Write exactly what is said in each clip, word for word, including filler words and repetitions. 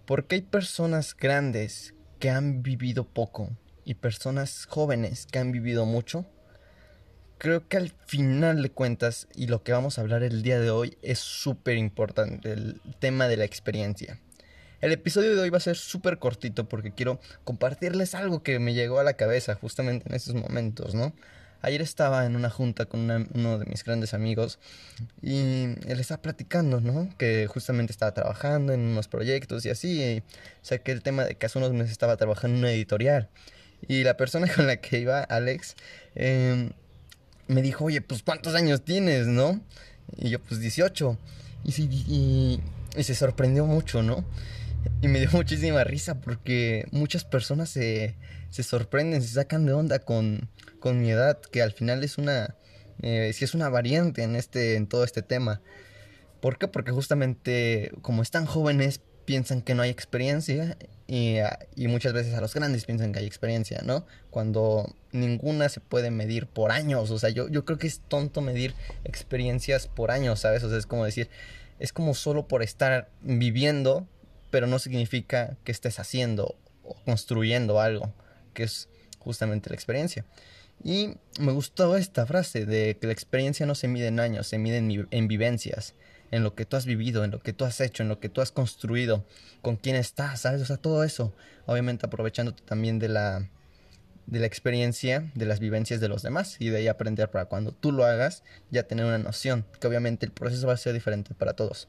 Porque hay personas grandes que han vivido poco y personas jóvenes que han vivido mucho. Creo que al final de cuentas, y lo que vamos a hablar el día de hoy, es súper importante, el tema de la experiencia. El episodio de hoy va a ser súper cortito porque quiero compartirles algo que me llegó a la cabeza justamente en estos momentos, ¿no? Ayer estaba en una junta con una, uno de mis grandes amigos y él estaba platicando, ¿no? Que justamente estaba trabajando en unos proyectos y así. Y saqué el tema de que hace unos meses estaba trabajando en una editorial. Y la persona con la que iba, Alex, eh, me dijo, oye, pues ¿cuántos años tienes, no? Y yo, pues dieciocho. Y, sí, y, y se sorprendió mucho, ¿no? Y me dio muchísima risa porque muchas personas se, se sorprenden, se sacan de onda con, con mi edad, que al final es una, eh, sí es una variante en, este, en todo este tema. ¿Por qué? Porque justamente como están jóvenes piensan que no hay experiencia y, y muchas veces a los grandes piensan que hay experiencia, ¿no? Cuando ninguna se puede medir por años. O sea, yo, yo creo que es tonto medir experiencias por años, ¿sabes? O sea, es como decir, es como solo por estar viviendo, pero no significa que estés haciendo o construyendo algo, que es justamente la experiencia. Y me gustó esta frase de que la experiencia no se mide en años, se mide en, en vivencias, en lo que tú has vivido, en lo que tú has hecho, en lo que tú has construido, con quién estás, ¿sabes? O sea, todo eso, obviamente aprovechándote también de la, de la experiencia, de las vivencias de los demás y de ahí aprender para cuando tú lo hagas, ya tener una noción, que obviamente el proceso va a ser diferente para todos.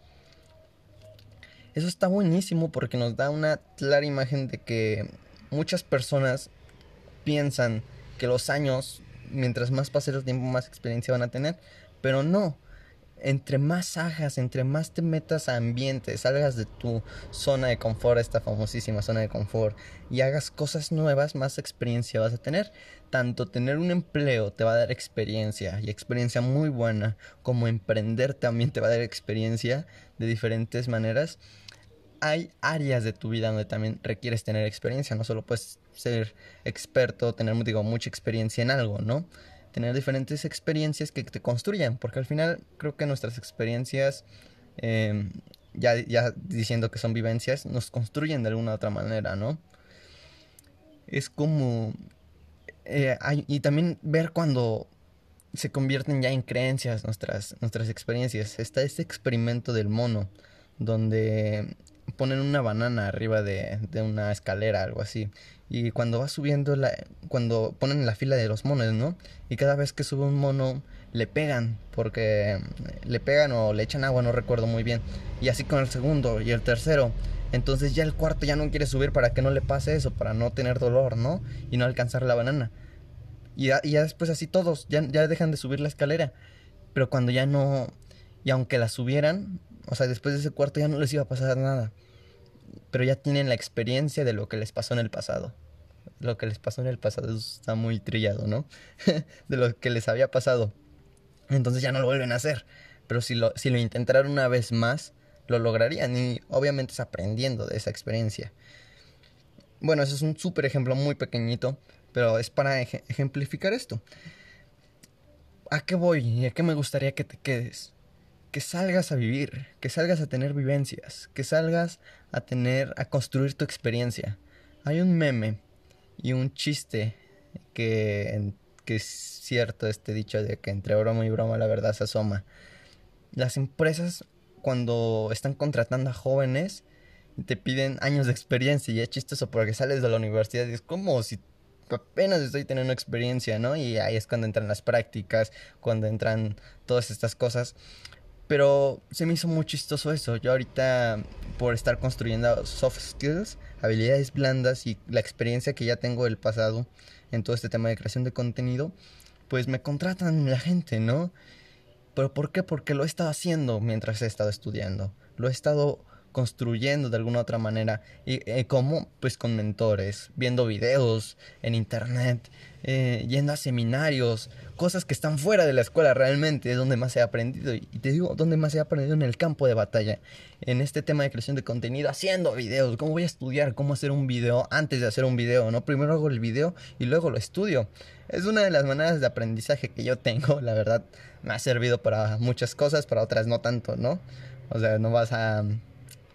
Eso está buenísimo porque nos da una clara imagen de que muchas personas piensan que los años, mientras más pase el tiempo, más experiencia van a tener, pero no. Entre más hagas, entre más te metas a ambientes, salgas de tu zona de confort, esta famosísima zona de confort, y hagas cosas nuevas, más experiencia vas a tener. Tanto tener un empleo te va a dar experiencia, y experiencia muy buena, como emprender también te va a dar experiencia de diferentes maneras. Hay áreas de tu vida donde también requieres tener experiencia, no solo puedes ser experto, tener, digo, mucha experiencia en algo, ¿no? Tener diferentes experiencias que te construyan, porque al final creo que nuestras experiencias, eh, ya, ya diciendo que son vivencias, nos construyen de alguna otra manera, ¿no? Es como... Eh, hay, y también ver cuando se convierten ya en creencias nuestras, nuestras experiencias. Está este experimento del mono, donde ponen una banana arriba de, de una escalera, algo así. Y cuando va subiendo, la, cuando ponen la fila de los monos, ¿no? Y cada vez que sube un mono, le pegan, porque le pegan o le echan agua, no recuerdo muy bien. Y así con el segundo y el tercero. Entonces ya el cuarto ya no quiere subir para que no le pase eso, para no tener dolor, ¿no? Y no alcanzar la banana. Y ya, y ya después así todos, ya, ya dejan de subir la escalera. Pero cuando ya no... Y aunque la subieran, o sea, después de ese cuarto ya no les iba a pasar nada. Pero ya tienen la experiencia de lo que les pasó en el pasado. Lo que les pasó en el pasado está muy trillado, ¿no? De lo que les había pasado. Entonces ya no lo vuelven a hacer. Pero si lo, si lo intentaran una vez más, lo lograrían. Y obviamente es aprendiendo de esa experiencia. Bueno, eso es un súper ejemplo muy pequeñito, pero es para ej- ejemplificar esto. ¿A qué voy y a qué me gustaría que te quedes? Que salgas a vivir, que salgas a tener vivencias, que salgas a tener, a construir tu experiencia. Hay un meme y un chiste que, que es cierto, este dicho de que entre broma y broma la verdad se asoma. Las empresas, cuando están contratando a jóvenes, te piden años de experiencia y es chistoso porque sales de la universidad y es como si apenas estoy teniendo experiencia, ¿no? Y ahí es cuando entran las prácticas, cuando entran todas estas cosas. Pero se me hizo muy chistoso eso. Yo ahorita, por estar construyendo soft skills, habilidades blandas y la experiencia que ya tengo del pasado en todo este tema de creación de contenido, pues me contratan la gente, ¿no? ¿Pero por qué? Porque lo he estado haciendo mientras he estado estudiando. Lo he estado construyendo de alguna otra manera. ¿Y eh, cómo? Pues con mentores, viendo videos en internet, eh, yendo a seminarios, cosas que están fuera de la escuela realmente, es donde más he aprendido. Y te digo, donde más he aprendido en el campo de batalla. En este tema de creación de contenido, haciendo videos. ¿Cómo voy a estudiar cómo hacer un video antes de hacer un video? ¿No? Primero hago el video y luego lo estudio. Es una de las maneras de aprendizaje que yo tengo, la verdad. Me ha servido para muchas cosas, para otras no tanto, ¿no? O sea, no vas a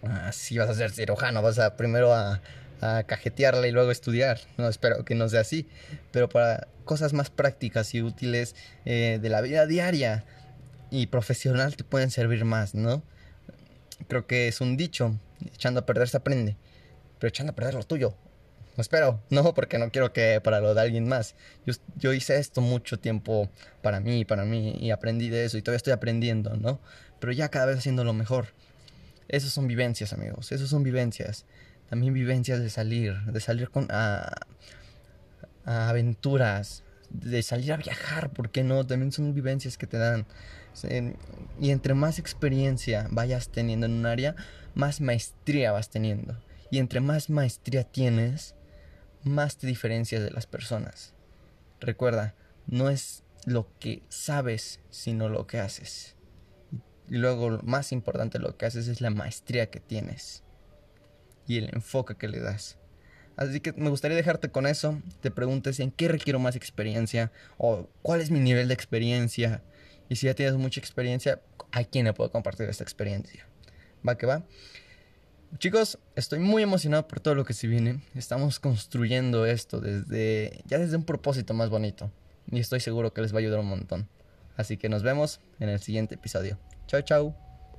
así vas a ser cirujano, vas a primero a, a cajetearla y luego estudiar. No, espero que no sea así, pero para cosas más prácticas y útiles eh, de la vida diaria y profesional te pueden servir más, ¿no? Creo que es un dicho, echando a perder se aprende, pero echando a perder lo tuyo. No espero, no, porque no quiero que para lo de alguien más. Yo, yo hice esto mucho tiempo para mí, para mí, y aprendí de eso, y todavía estoy aprendiendo, ¿no? Pero ya cada vez haciendo lo mejor. Esos son vivencias, amigos, esos son vivencias. También vivencias de salir, de salir con a, a aventuras, de salir a viajar, ¿por qué no? También son vivencias que te dan. Y entre más experiencia vayas teniendo en un área, más maestría vas teniendo. Y entre más maestría tienes, más te diferencias de las personas. Recuerda, no es lo que sabes, sino lo que haces. Y luego, lo más importante, lo que haces es la maestría que tienes y el enfoque que le das. Así que me gustaría dejarte con eso. Te preguntes en qué requiero más experiencia o cuál es mi nivel de experiencia. Y si ya tienes mucha experiencia, ¿a quién le puedo compartir esta experiencia? Va que va. Chicos, estoy muy emocionado por todo lo que se viene. Estamos construyendo esto desde ya desde un propósito más bonito. Y estoy seguro que les va a ayudar un montón. Así que nos vemos en el siguiente episodio. Chao, chao.